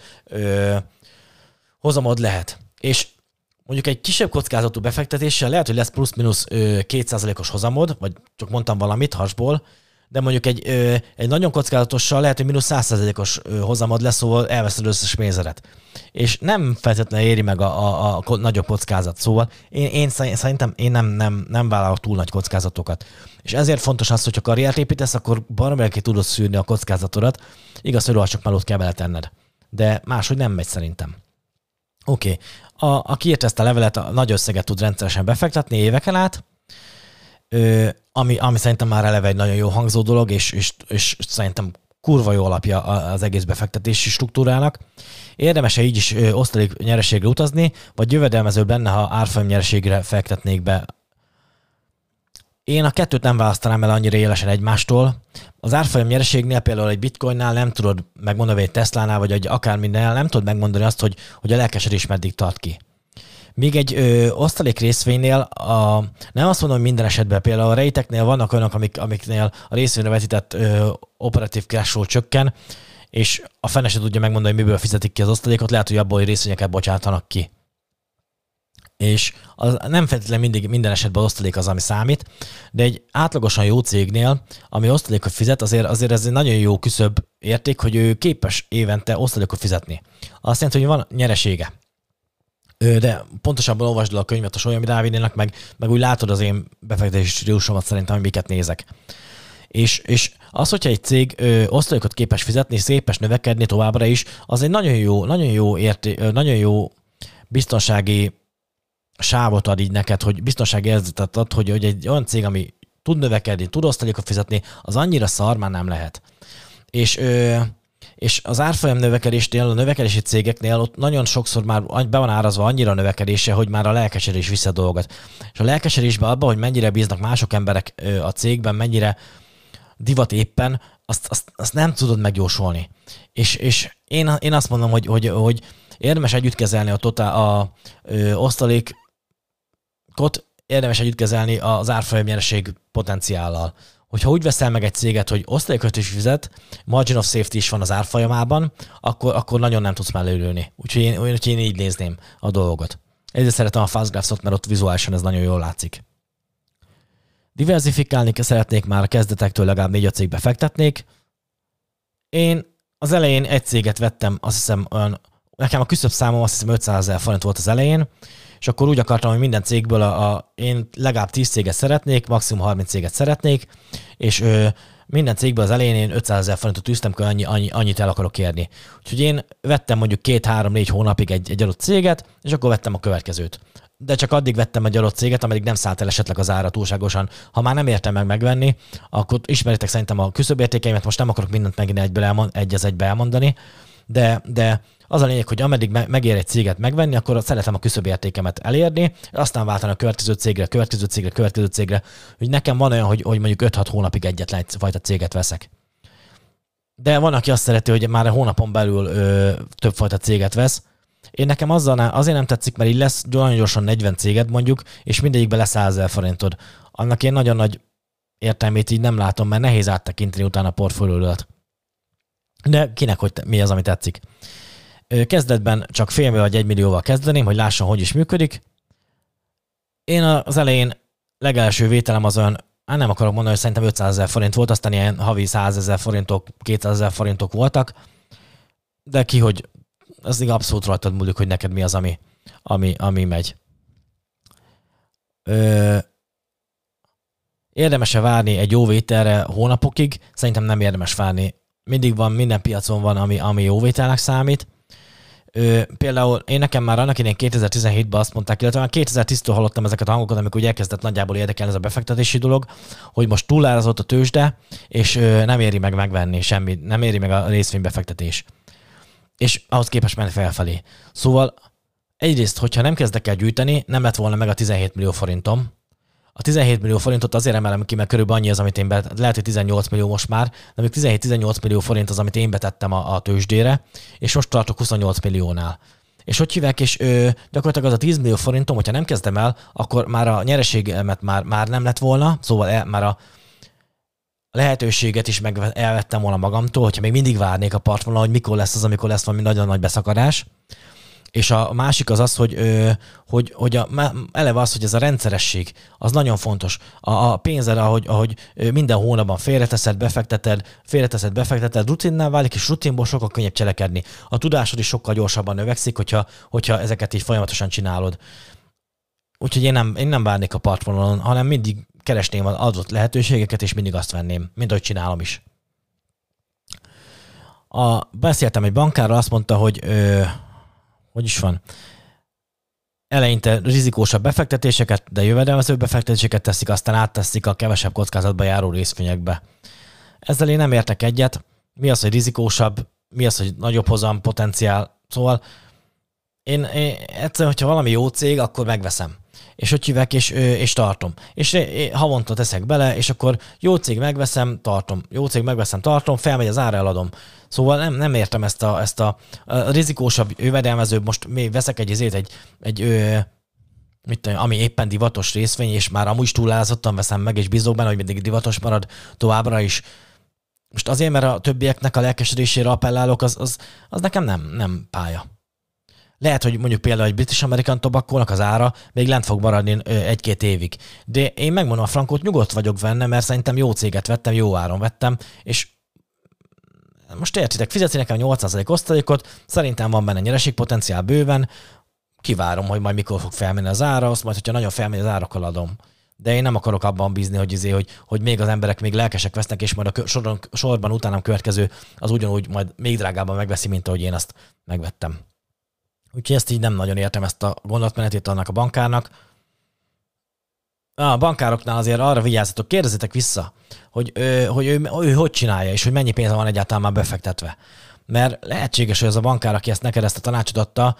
hozamod lehet. És mondjuk egy kisebb kockázatú befektetéssel lehet, hogy lesz plusz-minusz 2%-os hozamod, vagy csak mondtam valamit hasból, de mondjuk egy nagyon kockázatossal lehet, hogy mínusz 100%-os hozamod lesz, szóval elveszed összes pénzedet. És nem feltétlenül éri meg a nagyobb kockázat. Szóval én szerintem én nem vállalok túl nagy kockázatokat. És ezért fontos az, hogyha karriert építesz, akkor baromira ki tudod szűrni a kockázatodat. Igaz, hogy rohadt sok melót kell beletenned. De máshogy nem megy szerintem. Oké. Aki írta ezt a levelet, a nagy összeget tud rendszeresen befektetni éveken át, ami szerintem már eleve egy nagyon jó hangzó dolog, és szerintem kurva jó alapja az egész befektetési struktúrának. Érdemes-e így is osztalék nyereségre utazni, vagy jövedelmezőbb lenne, ha árfolyam nyereségre fektetnék be? Én a kettőt nem választanám el annyira élesen egymástól. Az árfolyam nyereségnél például egy bitcoinnál nem tudod megmondani, vagy egy Teslánál, vagy egy akármindennel nem tudod megmondani azt, hogy a lelkesedés meddig tart ki. Míg egy osztalék részvénynél, nem azt mondom, hogy minden esetben, például a rejteknél vannak olyanok, amiknél a részvényre vetített operatív cash flow csökken, és a fene se tudja megmondani, hogy miből fizetik ki az osztalékot, lehet, hogy abból részvényeket bocsátanak ki. És nem feltétlenül minden esetben az osztalék az, ami számít, de egy átlagosan jó cégnél, ami osztalékot fizet, azért ez egy nagyon jó küszöbb érték, hogy ő képes évente osztalékot fizetni. Azt jelenti, hogy van nyeresége. De pontosabban olvasd el a könyvet a Sólyom Dávidének, meg úgy látod az én befektetési stílusomat szerintem, miket nézek. És az, hogyha egy cég osztalékot képes fizetni, képes növekedni továbbra is, az egy nagyon jó biztonsági sávot ad így neked, hogy biztonsági érzetet ad, hogy egy olyan cég, ami tud növekedni, tud osztalékot fizetni, az annyira szar már nem lehet. És És az árfolyam növekedésnél, a növekedési cégeknél ott nagyon sokszor már be van árazva annyira a növekedése, hogy már a lelkesedés vissza a dolgot. És a lelkesedésben abban, hogy mennyire bíznak mások emberek a cégben, mennyire divat éppen, azt nem tudod megjósolni. És én azt mondom, hogy érdemes együtt kezelni a osztalékot, érdemes együtt kezelni az árfolyam nyereség potenciállal. Hogyha úgy veszel meg egy céget, hogy osztalékot is fizet, margin of safety is van az árfolyamában, akkor nagyon nem tudsz mellőlőni. Úgyhogy én így nézném a dolgot. Ezért szeretem a Fastgraphs-ot, mert ott vizuálisan ez nagyon jól látszik. Diversifikálni szeretnék már a kezdetektől, legalább 4 cégbe fektetnék. Én az elején egy céget vettem, azt hiszem nekem a küszöbb számom azt hiszem 500 000 forint volt az elején, és akkor úgy akartam, hogy minden cégből én legalább 10 céget szeretnék, maximum 30 céget szeretnék, és minden cégből az elején én 500 000 forintot tűztem, hogy annyit el akarok kérni. Úgyhogy én vettem mondjuk 2-3-4 hónapig egy adott céget, és akkor vettem a következőt. De csak addig vettem egy adott céget, ameddig nem szállt el esetleg az ára túlságosan. Ha már nem értem meg megvenni, akkor ismeritek szerintem a küszöbértékeimet, most nem akarok mindent megint egy az egybe elmondani, de az a lényeg, hogy ameddig megér egy céget megvenni, akkor szeretem a küszöbértékemet elérni, aztán váltani a következő cégre, hogy nekem van olyan, hogy mondjuk 5-6 hónapig egyetlen fajta céget veszek. De van, aki azt szereti, hogy már a hónapon belül többfajta céget vesz. Én nekem azért nem tetszik, mert így lesz nagyon gyorsan 40 céged mondjuk, és mindegyikben lesz 100 000 forintod. Annak én nagyon nagy értelmét így nem látom, mert nehéz áttekinteni utána a portfóliódat. De kinek mi az, ami tetszik. Kezdetben csak fél vagy 1 millióval kezdeném, hogy lássam, hogy is működik. Én az elején legelső vételem az olyan, nem akarok mondani, hogy szerintem 500 000 forint volt, aztán ilyen havi 100 000 forintok, 200 000 forintok voltak, de hogy az abszolút rajtad múlik, hogy neked mi az, ami megy. Érdemes-e várni egy jó vételre hónapokig? Szerintem nem érdemes várni. Mindig van, minden piacon van, ami jó vételnek számít. Például nekem már annak idején 2017-ben azt mondták, illetve már 2010-től hallottam ezeket a hangokat, amikor úgy elkezdett nagyjából érdekelni ez a befektetési dolog, hogy most túlárazott a tőzsde, és nem éri meg megvenni semmit, nem éri meg a részvénybefektetés. És ahhoz képest menni felfelé. Szóval egyrészt, hogyha nem kezdek el gyűjteni, nem lett volna meg a 17 millió forintom. A 17 millió forintot azért emelem ki, mert körülbelül annyi az, amit én lehet, hogy 18 millió most már, de még 17-18 millió forint az, amit én betettem a tőzsdére, és most tartok 28 milliónál. És hogy hívják, és gyakorlatilag az a 10 millió forintom, hogyha nem kezdem el, akkor már a nyereségemet már nem lett volna, szóval már a lehetőséget is elvettem volna magamtól, hogyha még mindig várnék a partvonalon, hogy mikor lesz az, amikor lesz valami nagyon nagy beszakadás. És a másik az, hogy eleve az, hogy ez a rendszeresség, az nagyon fontos. A pénzed, ahogy minden hónapban félreteszed, befekteted, rutinná válik, és rutinból sokkal könnyebb cselekedni. A tudásod is sokkal gyorsabban növekszik, hogyha ezeket így folyamatosan csinálod. Úgyhogy én nem várnék a partvonalon, hanem mindig keresném az adott lehetőségeket, és mindig azt venném, mint ahogy csinálom is. Beszéltem egy bankárral, azt mondta, hogy is van, eleinte rizikósabb befektetéseket, de jövedelmező befektetéseket teszik, aztán átteszik a kevesebb kockázatba járó részvényekbe. Ezzel én nem értek egyet. Mi az, hogy rizikósabb, mi az, hogy nagyobb hozam potenciál. Szóval én egyszerűen, hogyha valami jó cég, akkor megveszem. És hogy hívek, és tartom. És havonta teszek bele, és akkor jó cég megveszem, tartom, felmegy az ára, eladom. Szóval nem értem ezt a rizikósabb, jövedelmezőbb, most még veszek ami éppen divatos részvény, és már amúgy is túlázottan veszem meg, és bízok benne, hogy mindig divatos marad továbbra is. Most azért, mert a többieknek a lelkesedésére appellálok, az nekem nem pálya. Lehet, hogy mondjuk például egy British American Tobacco-nak az ára még lent fog maradni 1-2 évig. De én megmondom a frankót, nyugodt vagyok benne, mert szerintem jó céget vettem, jó áron vettem, és most értitek, fizeti nekem 8% osztalékot, szerintem van benne nyereségpotenciál bőven, kivárom, hogy majd mikor fog felmenni az ára, azt majd, hogyha nagyon felmegy az ára, akkor adom. De én nem akarok abban bízni, hogy még az emberek még lelkesek vesznek, és majd a sorban utánam következő az ugyanúgy majd még drágában megveszi, mint ahogy én azt megvettem. Úgyhogy ezt így nem nagyon értem, ezt a gondolatmenetét annak a bankárnak. A bankároknál azért arra vigyázzatok, kérdezzetek vissza, hogy ő hogy csinálja, és hogy mennyi pénze van egyáltalán már befektetve. Mert lehetséges, hogy ez a bankár, aki neked ezt a tanácsot adta,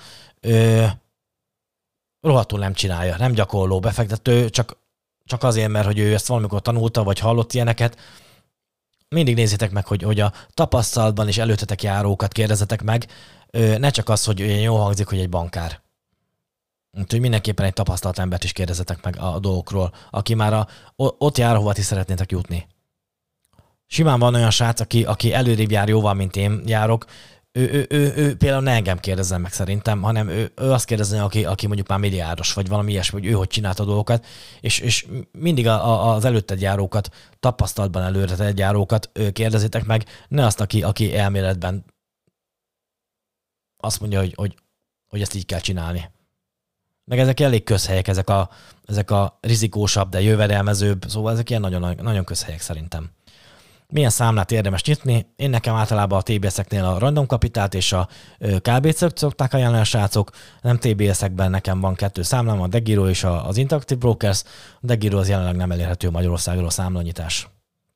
rohadtul nem csinálja, nem gyakorló befektető, csak azért, mert hogy ő ezt valamikor tanulta, vagy hallott ilyeneket. Mindig nézzétek meg, hogy a tapasztalatban és előttetek járókat kérdezzetek meg, ne csak az, hogy olyan jól hangzik, hogy egy bankár. Úgyhogy mindenképpen egy tapasztalt embert is kérdezzetek meg a dolgokról, aki már ott jár, hova ti szeretnétek jutni. Simán van olyan srác, aki előrébb jár jóval, mint én járok, ő például ne engem kérdezzen meg szerintem, hanem ő azt kérdezzen, aki mondjuk már milliárdos, vagy valami ilyesmi, hogy ő hogy csinálta a dolgokat, és mindig az előtted járókat, tapasztalatban előtted járókat kérdezitek meg, ne azt, aki elméletben azt mondja, hogy ezt így kell csinálni. Meg ezek elég közhelyek, ezek a rizikósabb, de jövedelmezőbb, szóval ezek ilyen nagyon, nagyon közhelyek szerintem. Milyen számlát érdemes nyitni? Én nekem általában a TBS-eknél a random kapitált és a KBC-t szokták ajánlani a srácok. Nem TBS-ekben nekem van 2 számlám, a Degiro és az Interactive Brokers. A Degiro az jelenleg nem elérhető Magyarországról számlanyitás.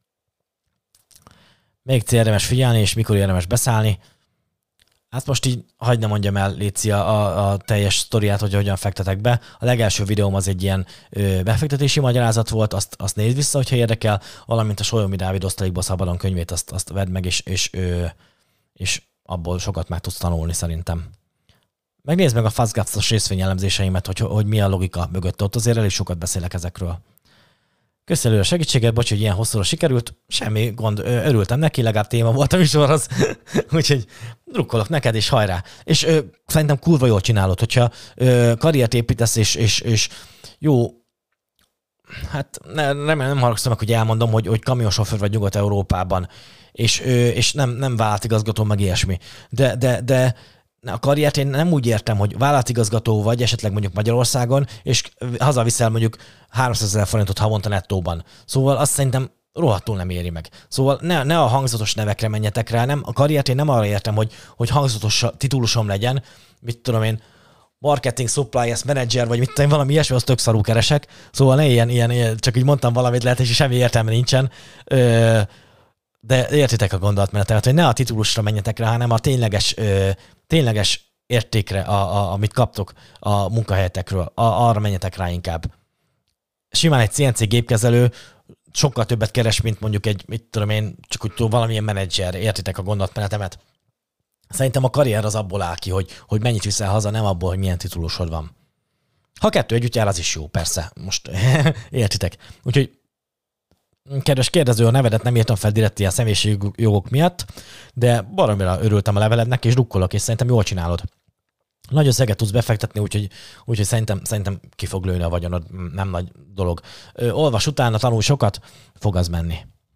Még érdemes figyelni, és mikor érdemes beszállni? Hát most így hagyd ne mondjam el, Léci, a teljes sztoriát, hogy hogyan fektetek be. A legelső videóm az egy ilyen befektetési magyarázat volt, azt nézd vissza, hogyha érdekel, valamint a Solyomi Dávid Osztalékból szabadon könyvét, azt vedd meg, és abból sokat meg tudsz tanulni szerintem. Megnézd meg a Fastgaps-os részvényelemzéseimet, hogy mi a logika mögött, ott azért elég sokat beszélek ezekről. Köszönöm a segítséget, bocs, hogy ilyen hosszúra sikerült, semmi gond, örültem neki, legalább téma volt a műsorhoz, úgyhogy drukkolok neked, és hajrá. És szerintem kurva jól csinálod, hogyha karriert építesz, és jó, hát nem haragszom meg, hogy elmondom, hogy kamionsofőr vagy Nyugat-Európában, és nem vállalatigazgató, meg ilyesmi. De a karriert én nem úgy értem, hogy vállalatigazgató vagy esetleg mondjuk Magyarországon, és hazaviszel mondjuk 300 000 forintot havonta nettóban. Szóval azt szerintem rohadtul nem éri meg. Szóval ne a hangzatos nevekre menjetek rá, nem, a karriert én nem arra értem, hogy hangzatos titulusom legyen, mit tudom én, marketing, suppliers, manager, vagy mit tudom, valami ilyesmi, az tök szarú keresek. Szóval ne ilyen, csak így mondtam valamit, lehet, és semmi értelme nincsen. De értitek a gondolatmenetet, hogy ne a titulusra menjetek rá, hanem a tényleges értékre, amit kaptok a munkahelyetekről, arra menjetek rá inkább. Simán egy CNC gépkezelő sokkal többet keres, mint mondjuk egy, mit tudom én, csak úgy valamilyen menedzser, értitek a gondolatmenetemet. Szerintem a karrier az abból áll ki, hogy mennyit viszel haza, nem abból, hogy milyen titulusod van. Ha 2 együtt jár, az is jó, persze, most értitek. Úgyhogy kedves kérdező, a nevedet nem írtam fel direkt ilyen személyiségi jogok miatt, de baromira örültem a levelednek, és drukkolok, és szerintem jól csinálod. Nagy összeget tudsz befektetni, úgyhogy szerintem ki fog lőni a vagyonod, nem nagy dolog. Olvas utána, tanulj sokat, fog az menni.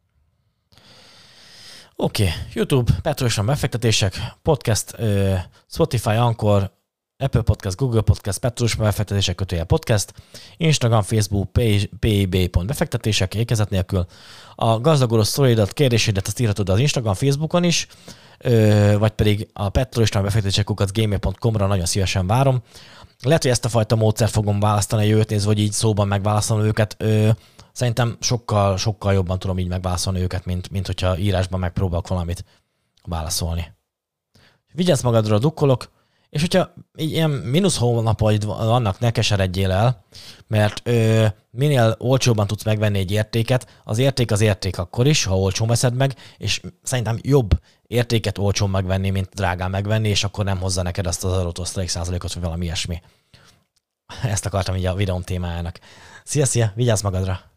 Oké, YouTube, Petrosan befektetések, podcast, Spotify, Anchor, Apple Podcast, Google Podcast, Petrus befektetések / podcast, Instagram, Facebook, pib.befektetések, ékezet nélkül. A gazdagoló sztoridat, kérdésédet azt írhatod az Instagram, Facebookon is, vagy pedig a Petrus befektetések @gmail.com-ra nagyon szívesen várom. Lehet, hogy ezt a fajta módszert fogom választani a jövőt nézve, vagy így szóban megválaszolom őket. Szerintem sokkal jobban tudom így megválaszolni őket, mint hogyha írásban megpróbálok valamit válaszolni. Vigyázz magadra, dukkolok, és hogyha ilyen mínusz hónapaid vannak, ne keseredjél el, mert minél olcsóbban tudsz megvenni egy értéket, az érték akkor is, ha olcsón veszed meg, és szerintem jobb értéket olcsón megvenni, mint drágán megvenni, és akkor nem hozza neked azt az adott osztalékszázalékot, vagy valami ilyesmi. Ezt akartam így a videóm témájának. Szia, vigyázz magadra!